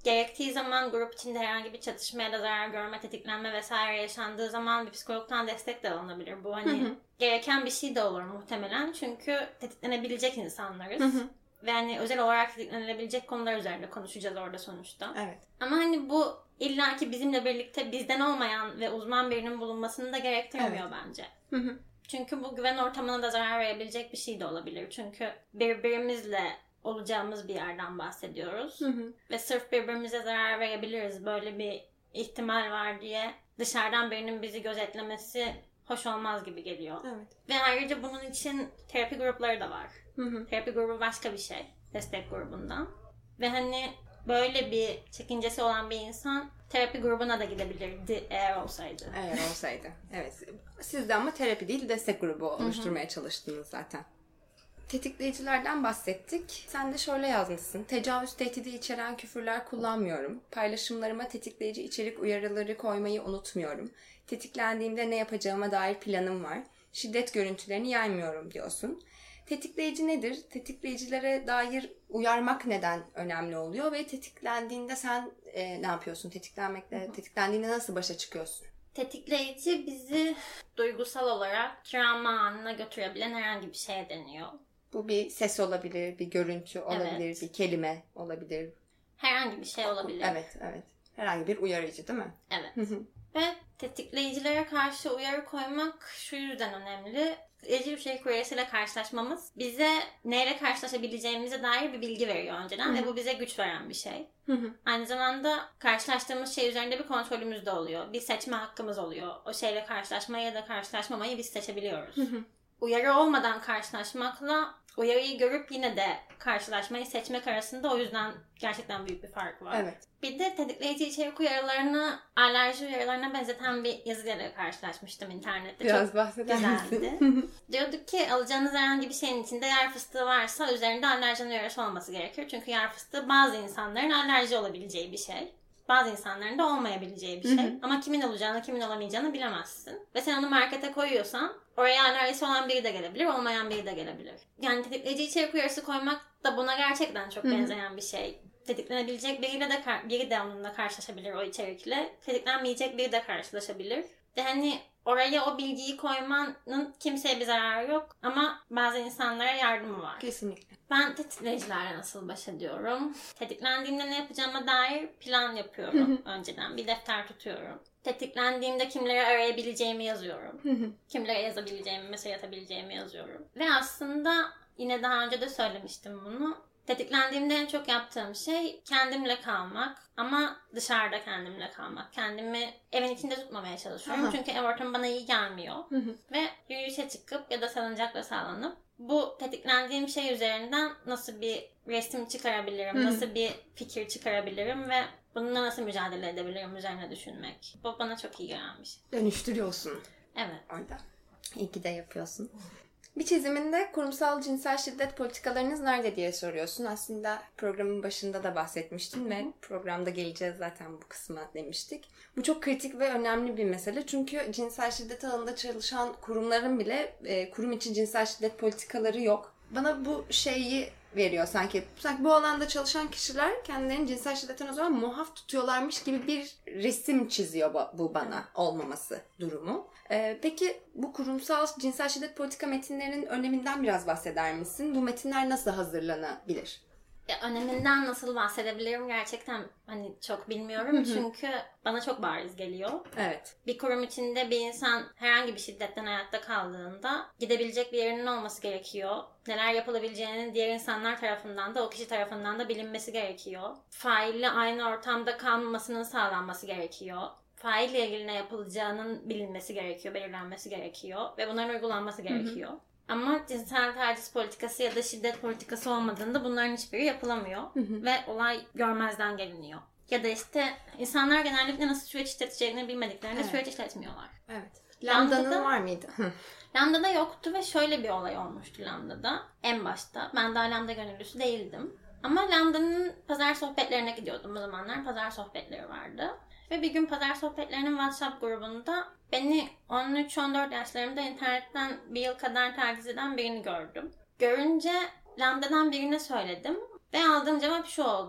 gerektiği zaman grup içinde herhangi bir çatışma ya da zarar görme, tetiklenme vesaire yaşandığı zaman bir psikologdan destek de alınabilir. Bu hani hı hı. gereken bir şey de olur muhtemelen. Çünkü tetiklenebilecek insanlarız. Hı hı. Ve hani özel olarak tetiklenilebilecek konular üzerinde konuşacağız orada sonuçta. Evet. Ama hani bu illaki bizimle birlikte bizden olmayan ve uzman birinin bulunmasını da gerektirmiyor evet. bence. Hı hı. Çünkü bu güven ortamına da zarar verebilecek bir şey de olabilir. Çünkü birbirimizle olacağımız bir yerden bahsediyoruz. Hı hı. Ve sırf birbirimize zarar verebiliriz. Böyle bir ihtimal var diye dışarıdan birinin bizi gözetlemesi hoş olmaz gibi geliyor. Evet. Ve ayrıca bunun için terapi grupları da var. Hı hı. Terapi grubu başka bir şey. Destek grubundan. Ve hani böyle bir çekincesi olan bir insan terapi grubuna da gidebilirdi eğer olsaydı. Eğer olsaydı. Evet. Siz de ama terapi değil destek grubu oluşturmaya hı hı. çalıştınız zaten. Tetikleyicilerden bahsettik. Sen de şöyle yazmışsın. Tecavüz tehdidi içeren küfürler kullanmıyorum. Paylaşımlarıma tetikleyici içerik uyarıları koymayı unutmuyorum. Tetiklendiğimde ne yapacağıma dair planım var. Şiddet görüntülerini yaymıyorum diyorsun. Tetikleyici nedir? Tetikleyicilere dair uyarmak neden önemli oluyor? Ve tetiklendiğinde sen e, ne yapıyorsun? Tetiklenmekle, hı hı. tetiklendiğinde nasıl başa çıkıyorsun? Tetikleyici bizi duygusal olarak travma anına götürebilen herhangi bir şeye deniyor. Bu bir ses olabilir, bir görüntü olabilir, evet. bir kelime olabilir. Herhangi bir şey olabilir. Evet, evet. Herhangi bir uyarıcı değil mi? Evet. Ve tetikleyicilere karşı uyarı koymak şu yüzden önemli. Tetikleyici bir şey uyarısıyla karşılaşmamız bize neyle karşılaşabileceğimize dair bir bilgi veriyor önceden. Hı-hı. Ve bu bize güç veren bir şey. Hı-hı. Aynı zamanda karşılaştığımız şey üzerinde bir kontrolümüz de oluyor. Bir seçme hakkımız oluyor. O şeyle karşılaşmayı ya da karşılaşmamayı biz seçebiliyoruz. Hı-hı. Uyarı olmadan karşılaşmakla uyarıyı görüp yine de karşılaşmayı seçmek arasında o yüzden gerçekten büyük bir fark var. Evet. Bir de tetikleyici içerik uyarılarını alerji uyarılarına benzeten bir yazıyla karşılaşmıştım internette. Biraz çok bahseder güzeldi. Diyorduk ki alacağınız herhangi bir şeyin içinde yer fıstığı varsa üzerinde alerjen uyarısı olması gerekir. Çünkü yer fıstığı bazı insanların alerji olabileceği bir şey. Bazı insanların da olmayabileceği bir şey. Hı hı. Ama kimin olacağını, kimin olamayacağını bilemezsin. Ve sen onu markete koyuyorsan oraya alerjisi olan biri de gelebilir, olmayan biri de gelebilir. Yani tetikleyici içerik uyarısı koymak da buna gerçekten çok hı hı. benzeyen bir şey. Tetiklenebilecek biriyle de biri de onunla karşılaşabilir o içerikle. Tetiklenmeyecek biri de karşılaşabilir. Ve hani oraya o bilgiyi koymanın kimseye bir zararı yok ama bazı insanlara yardımı var. Kesinlikle. Ben tetikleyicilerle nasıl baş ediyorum? Tetiklendiğimde ne yapacağıma dair plan yapıyorum önceden. Bir defter tutuyorum. Tetiklendiğimde kimleri arayabileceğimi yazıyorum. Kimlere yazabileceğimi, mesaj atabileceğimi yazıyorum. Ve aslında yine daha önce de söylemiştim bunu. Tetiklendiğimde en çok yaptığım şey kendimle kalmak ama dışarıda kendimle kalmak. Kendimi evin içinde tutmamaya çalışıyorum. Aha. Çünkü ev ortamı bana iyi gelmiyor. Hı hı. Ve yürüyüşe çıkıp ya da salıncakla sağlanıp bu tetiklendiğim şey üzerinden nasıl bir resim çıkarabilirim, hı hı. nasıl bir fikir çıkarabilirim ve bununla nasıl mücadele edebilirim üzerine düşünmek. Bu bana çok iyi gelen bir şey. Dönüştürüyorsun. Evet. Orada. İyi ki de yapıyorsun. Bir çiziminde kurumsal cinsel şiddet politikalarınız nerede diye soruyorsun. Aslında programın başında da bahsetmiştin Hı-hı. ve programda geleceğiz zaten bu kısma demiştik. Bu çok kritik ve önemli bir mesele. Çünkü cinsel şiddet alanında çalışan kurumların bile e, kurum için cinsel şiddet politikaları yok. Bana bu şeyi veriyor sanki. Sanki bu alanda çalışan kişiler kendilerini cinsel şiddetten o zaman muaf tutuyorlarmış gibi bir resim çiziyor bu bana olmaması durumu. Ee, peki bu kurumsal cinsel şiddet politika metinlerinin öneminden biraz bahseder misin? Bu metinler nasıl hazırlanabilir? Ya, öneminden nasıl bahsedebilirim gerçekten hani çok bilmiyorum çünkü bana çok bariz geliyor. Evet. Bir kurum içinde bir insan herhangi bir şiddetten hayatta kaldığında gidebilecek bir yerinin olması gerekiyor. Neler yapılabileceğinin diğer insanlar tarafından da o kişi tarafından da bilinmesi gerekiyor. Faille aynı ortamda kalmamasının sağlanması gerekiyor. Faille ilgili ne yapılacağının bilinmesi gerekiyor, belirlenmesi gerekiyor ve bunların uygulanması gerekiyor. Hı hı. Ama cinsel taciz politikası ya da şiddet politikası olmadığında bunların hiçbiri yapılamıyor. Hı hı. Ve olay görmezden geliniyor. Ya da işte insanlar genellikle nasıl süreç işleteceğini bilmediklerinde evet. süreç işletmiyorlar. Evet. Lambda'nın Lambda'da, var mıydı? Lambda'da yoktu ve şöyle bir olay olmuştu Lambda'da. En başta. Ben daha Lambda gönüllüsü değildim. Ama Lambda'nın pazar sohbetlerine gidiyordum o zamanlar. Pazar sohbetleri vardı. Ve bir gün pazar sohbetlerinin WhatsApp grubunda beni on üç on dört yaşlarımda internetten bir yıl kadar taciz eden birini gördüm. Görünce Lambda'dan birine söyledim ve aldığım cevap şu oldu.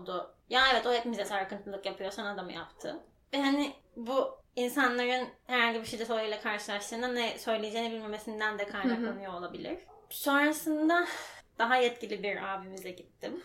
ya evet o hepimize sarkıntılık yapıyor, sana da mı yaptı? Ve hani bu insanların herhangi bir şiddet olayıyla karşılaştığında ne söyleyeceğini bilmemesinden de kaynaklanıyor olabilir. Sonrasında daha yetkili bir abimize gittim.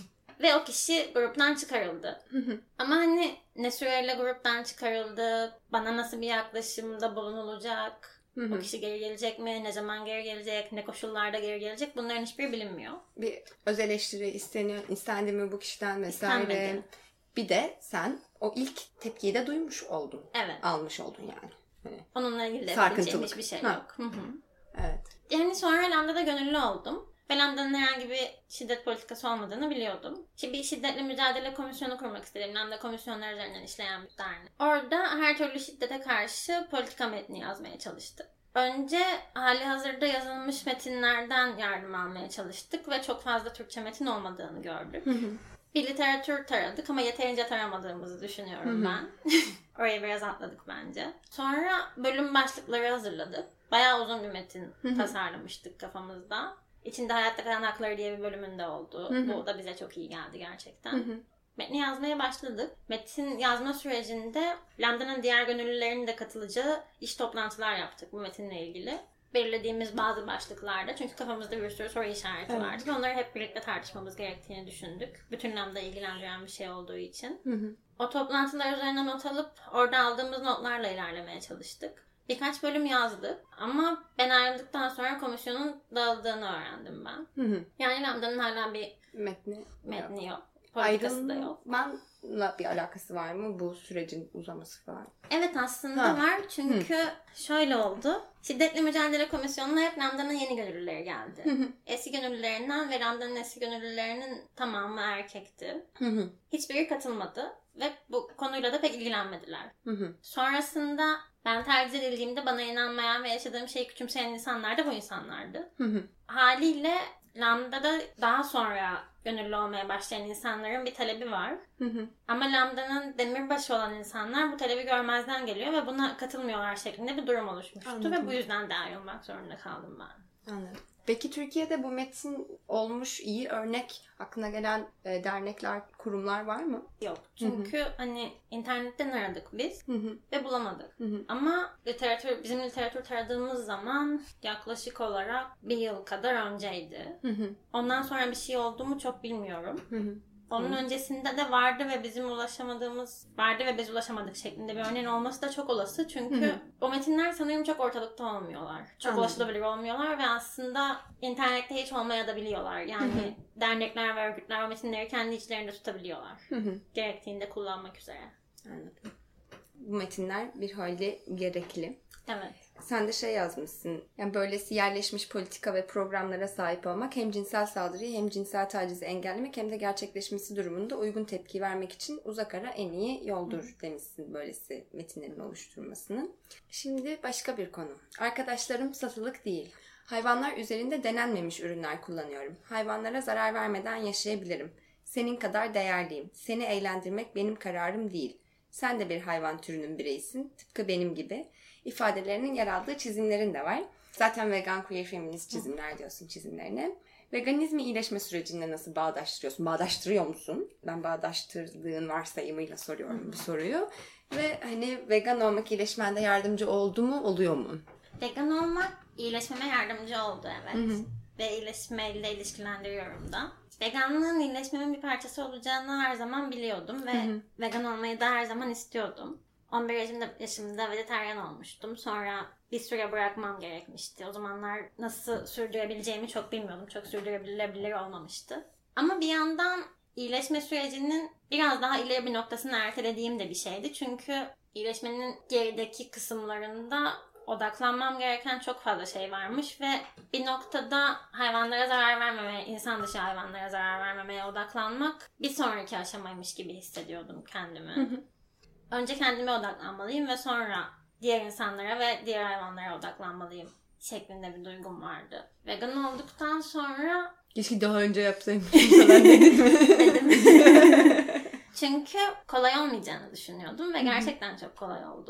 Ve o kişi gruptan çıkarıldı. Ama hani ne süreyle gruptan çıkarıldı, bana nasıl bir yaklaşımda bulunulacak, o kişi geri gelecek mi, ne zaman geri gelecek, ne koşullarda geri gelecek, bunların hiçbiri bilinmiyor. Bir öz eleştiri isteniyor, istendi mi bu kişiden vesaire. İstenmedi. Bir de sen o ilk tepkiyi de duymuş oldun. Evet. Almış oldun yani. Hani onunla ilgili de yapabileceğim hiçbir şey ha. yok. Hı hı. Evet. Yani sonra Lambda'da gönüllü oldum. Ve Lambda'nın herhangi bir şiddet politikası olmadığını biliyordum. Şimdi bir şiddetle mücadele komisyonu kurmak istedim. Lambda komisyonlar üzerinden işleyen bir dernek. Orada her türlü şiddete karşı politika metni yazmaya çalıştık. Önce hali hazırda yazılmış metinlerden yardım almaya çalıştık ve çok fazla Türkçe metin olmadığını gördük. Bir literatür taradık ama yeterince taramadığımızı düşünüyorum ben. Orayı biraz atladık bence. Sonra bölüm başlıkları hazırladık. Bayağı uzun bir metin tasarlamıştık kafamızda. İçinde hayatta kalan hakları diye bir bölümünde oldu. Bu da bize çok iyi geldi gerçekten. Metni yazmaya başladık. Metin yazma sürecinde Lambda'nın diğer gönüllülerinin de katılacağı iş toplantılar yaptık bu metinle ilgili. Belirlediğimiz bazı başlıklarda. Çünkü kafamızda bir sürü soru işareti evet. vardı. Ve onları hep birlikte tartışmamız gerektiğini düşündük. Bütün Lambda'yı ilgilendiren bir şey olduğu için. Hı hı. O toplantılar üzerine not alıp orada aldığımız notlarla ilerlemeye çalıştık. Birkaç bölüm yazdık ama ben ayrıldıktan sonra komisyonun dağıldığını öğrendim ben. Hı hı. Yani Lambda'nın hala bir metni, metni yok. Politikası da yok. Ayrılmanla bir alakası var mı bu sürecin uzaması falan? Evet aslında ha. var. Çünkü hı. şöyle oldu. Şiddetli Mücadele Komisyonu'na hep Lambda'nın yeni gönüllüleri geldi. Hı hı. Eski gönüllülerinden ve Lambda'nın eski gönüllülerinin tamamı erkekti. Hı hı. Hiçbiri katılmadı ve bu konuyla da pek ilgilenmediler. Hı hı. Sonrasında ben tercih edildiğimde bana inanmayan ve yaşadığım şeyi küçümseyen insanlar da bu insanlardı. Hı hı. Haliyle Lambda'da daha sonra gönüllü olmaya başlayan insanların bir talebi var. Hı hı. Ama Lambda'nın demirbaşı olan insanlar bu talebi görmezden geliyor ve buna katılmıyorlar şeklinde bir durum oluşmuştu. Anladım. Ve bu yüzden de ayrılmak zorunda kaldım ben. Anladım. Peki Türkiye'de bu metin olmuş iyi örnek aklına gelen e, dernekler, kurumlar var mı? Yok. Çünkü hı hı. hani internetten aradık biz hı hı. ve bulamadık. Hı hı. Ama literatür, bizim literatür taradığımız zaman yaklaşık olarak bir yıl kadar önceydi. Hı hı. Ondan sonra bir şey oldu mu çok bilmiyorum. Hı hı. Onun Hı. öncesinde de vardı ve bizim ulaşamadığımız, vardı ve biz ulaşamadık şeklinde bir örneğin olması da çok olası. Çünkü Hı. o metinler sanırım çok ortalıkta olmuyorlar. Çok Anladım. ulaşılabilir olmuyorlar ve aslında internette hiç olmaya da biliyorlar. Yani Hı. dernekler ve örgütler o metinleri kendi içlerinde tutabiliyorlar. Hı. Gerektiğinde kullanmak üzere. Anladım. Bu metinler bir halde gerekli. Evet. Sen de şey yazmışsın. Yani böylesi yerleşmiş politika ve programlara sahip olmak hem cinsel saldırıyı hem cinsel tacizi engellemek hem de gerçekleşmesi durumunda uygun tepki vermek için uzak ara en iyi yoldur Hı. demişsin böylesi metinlerin oluşturmasını. Şimdi başka bir konu. Arkadaşlarım satılık değil. Hayvanlar üzerinde denenmemiş ürünler kullanıyorum. Hayvanlara zarar vermeden yaşayabilirim. Senin kadar değerliyim. Seni eğlendirmek benim kararım değil. Sen de bir hayvan türünün bireyisin. Tıpkı benim gibi. İfadelerinin yer aldığı çizimlerin de var. Zaten vegan, queer, feminist çizimler diyorsun çizimlerine. Veganizmi iyileşme sürecinde nasıl bağdaştırıyorsun? Bağdaştırıyor musun? Ben bağdaştırdığın varsayımıyla soruyorum bu soruyu. Ve hani vegan olmak iyileşmende yardımcı oldu mu, oluyor mu? Vegan olmak iyileşmeme yardımcı oldu evet. Hı hı. Ve iyileşmeyle ilişkilendiriyorum da. Veganlığın iyileşmemin bir parçası olacağını her zaman biliyordum ve hı hı. vegan olmayı da her zaman istiyordum. on bir yaşımda, yaşımda vejetaryen olmuştum. Sonra bir süre bırakmam gerekmişti. O zamanlar nasıl sürdürebileceğimi çok bilmiyordum. Çok sürdürülebilir olmamıştı. Ama bir yandan iyileşme sürecinin biraz daha ileri bir noktasını ertelediğim de bir şeydi. Çünkü iyileşmenin gerideki kısımlarında odaklanmam gereken çok fazla şey varmış ve bir noktada hayvanlara zarar vermemeye, insan dışı hayvanlara zarar vermemeye odaklanmak bir sonraki aşamaymış gibi hissediyordum kendimi. Hı hı. Önce kendime odaklanmalıyım ve sonra diğer insanlara ve diğer hayvanlara odaklanmalıyım şeklinde bir duygum vardı. Vegan olduktan sonra... Keşke daha önce yapsaymışım falan dedin mi? Dedim. Çünkü kolay olmayacağını düşünüyordum ve gerçekten çok kolay oldu.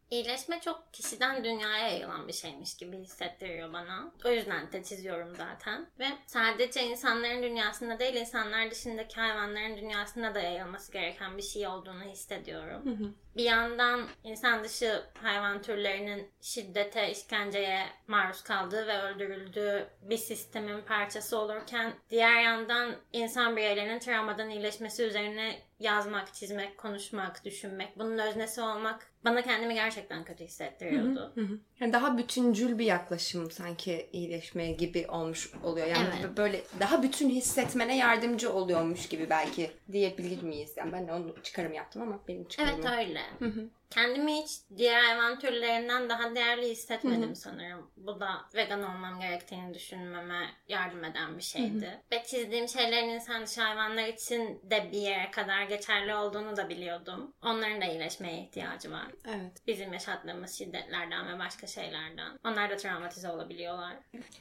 İyileşme çok kişiden dünyaya yayılan bir şeymiş gibi hissettiriyor bana. O yüzden de çiziyorum zaten. Ve sadece insanların dünyasında değil, insanlar dışındaki hayvanların dünyasında da yayılması gereken bir şey olduğunu hissediyorum. Hı hı. Bir yandan insan dışı hayvan türlerinin şiddete, işkenceye maruz kaldığı ve öldürüldüğü bir sistemin parçası olurken, diğer yandan insan bireylerinin travmadan iyileşmesi üzerine yazmak, çizmek, konuşmak, düşünmek, bunun öznesi olmak bana kendimi gerçekten kötü hissettiriyordu. Hı hı. Yani daha bütüncül bir yaklaşım sanki iyileşmeye gibi olmuş oluyor. Yani evet. Böyle daha bütün hissetmene yardımcı oluyormuş gibi belki diyebilir miyiz? Yani ben de onu çıkarım yaptım ama benim çıkarımım. Evet öyle. Hı hı. Kendimi hiç diğer hayvan türlerinden daha değerli hissetmedim Hı-hı. sanırım. Bu da vegan olmam gerektiğini düşünmeme yardım eden bir şeydi. Hı-hı. Ve çizdiğim şeylerin insan dışı hayvanlar için de bir yere kadar geçerli olduğunu da biliyordum. Onların da iyileşmeye ihtiyacı var. Evet. Bizim yaşadığımız şiddetlerden ve başka şeylerden. Onlar da travmatize olabiliyorlar.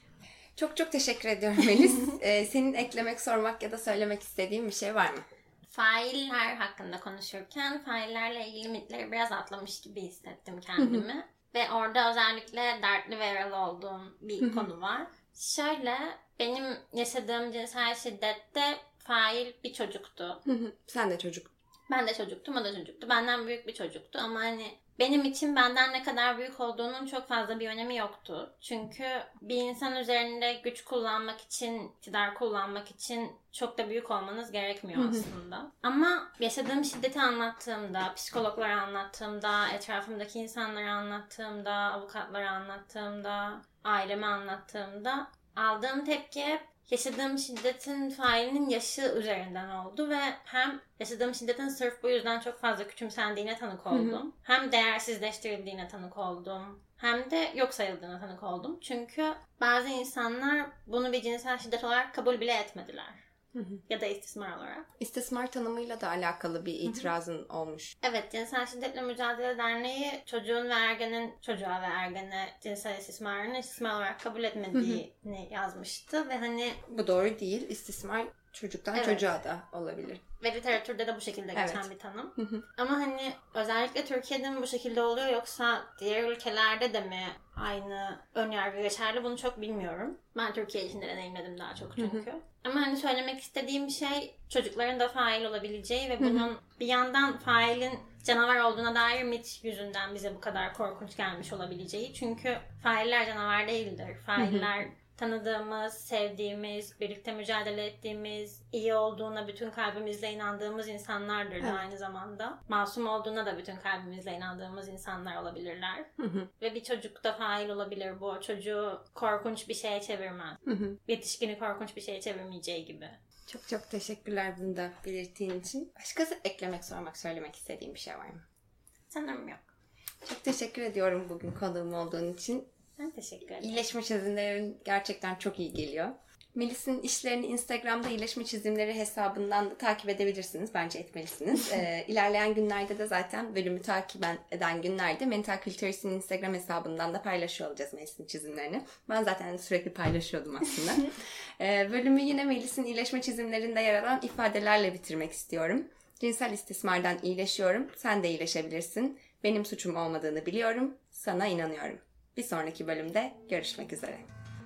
Çok çok teşekkür ediyorum Melis. ee, senin eklemek, sormak ya da söylemek istediğin bir şey var mı? Failler hakkında konuşurken faillerle ilgili mitleri biraz atlamış gibi hissettim kendimi. Ve orada özellikle dertli ve yaralı olduğum bir konu var. Şöyle, benim yaşadığım cinsel şiddette fail bir çocuktu. Sen de çocuk. Ben de çocuktum, o da çocuktu. Benden büyük bir çocuktu ama hani benim için benden ne kadar büyük olduğunun çok fazla bir önemi yoktu. Çünkü bir insan üzerinde güç kullanmak için, iktidar kullanmak için çok da büyük olmanız gerekmiyor aslında. Ama yaşadığım şiddeti anlattığımda, psikologlara anlattığımda, etrafımdaki insanlara anlattığımda, avukatlara anlattığımda, aileme anlattığımda aldığım tepki hep yaşadığım şiddetin failinin yaşı üzerinden oldu ve hem yaşadığım şiddetin sırf bu yüzden çok fazla küçümsendiğine tanık oldum. Hı hı. Hem değersizleştirildiğine tanık oldum. Hem de yok sayıldığına tanık oldum. Çünkü bazı insanlar bunu bir cinsel şiddet olarak kabul bile etmediler. Hı hı. Ya da istismar olarak. İstismar tanımıyla da alakalı bir itirazın hı hı. olmuş. Evet, Cinsel Şiddetle Mücadele Derneği çocuğun ve ergenin, çocuğa ve ergene cinsel istismarını istismar olarak kabul etmediğini hı hı. yazmıştı ve hani... Bu doğru değil. İstismar çocuktan evet. çocuğa da olabilir. Ve literatürde de bu şekilde evet. geçen bir tanım. Hı hı. Ama hani özellikle Türkiye'de mi bu şekilde oluyor yoksa diğer ülkelerde de mi aynı önyargı geçerli, bunu çok bilmiyorum. Ben Türkiye içinde deneyimledim daha çok çünkü. Hı hı. Ama hani söylemek istediğim şey çocukların da fail olabileceği ve bunun hı hı. bir yandan failin canavar olduğuna dair mit yüzünden bize bu kadar korkunç gelmiş olabileceği. Çünkü failler canavar değildir. Failler... Hı hı. tanıdığımız, sevdiğimiz, birlikte mücadele ettiğimiz, iyi olduğuna bütün kalbimizle inandığımız insanlardır evet. da aynı zamanda. Masum olduğuna da bütün kalbimizle inandığımız insanlar olabilirler. Hı hı. Ve bir çocuk da fail olabilir bu. O çocuğu korkunç bir şeye çevirmez. Hı hı. Yetişkini korkunç bir şeye çevirmeyeceği gibi. Çok çok teşekkürler bunu da belirttiğin için. Başkası eklemek, sormak, söylemek istediğin bir şey var mı? Sanırım yok. Çok teşekkür ediyorum bugün konuğum olduğun için. Ben teşekkür ederim. İyileşme çizimlerin gerçekten çok iyi geliyor. Melis'in işlerini Instagram'da iyileşme çizimleri hesabından da takip edebilirsiniz. Bence etmelisiniz. ee, ilerleyen günlerde de zaten bölümü takip eden günlerde Mental Clitoris'in Instagram hesabından da paylaşıyor olacağız Melis'in çizimlerini. Ben zaten sürekli paylaşıyordum aslında. ee, bölümü yine Melis'in iyileşme çizimlerinde yer alan ifadelerle bitirmek istiyorum. Cinsel istismardan iyileşiyorum. Sen de iyileşebilirsin. Benim suçum olmadığını biliyorum. Sana inanıyorum. Bir sonraki bölümde görüşmek üzere.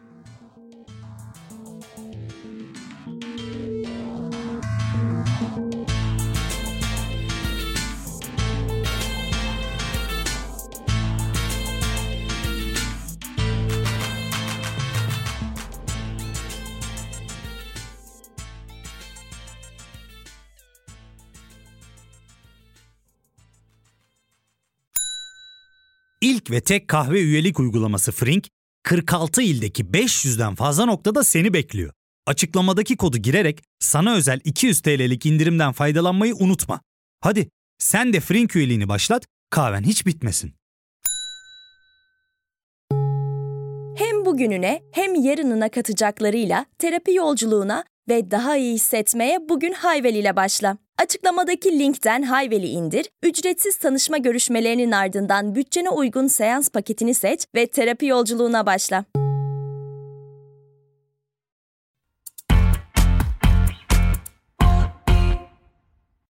İlk ve tek kahve üyelik uygulaması Frink, kırk altı ildeki beş yüzden fazla noktada seni bekliyor. Açıklamadaki kodu girerek sana özel iki yüz TL'lik indirimden faydalanmayı unutma. Hadi sen de Frink üyeliğini başlat, kahven hiç bitmesin. Hem bugününe hem yarınına katacaklarıyla terapi yolculuğuna ve daha iyi hissetmeye bugün Hayvel ile başla. Açıklamadaki linkten Hayvel'i indir, ücretsiz tanışma görüşmelerinin ardından bütçene uygun seans paketini seç ve terapi yolculuğuna başla.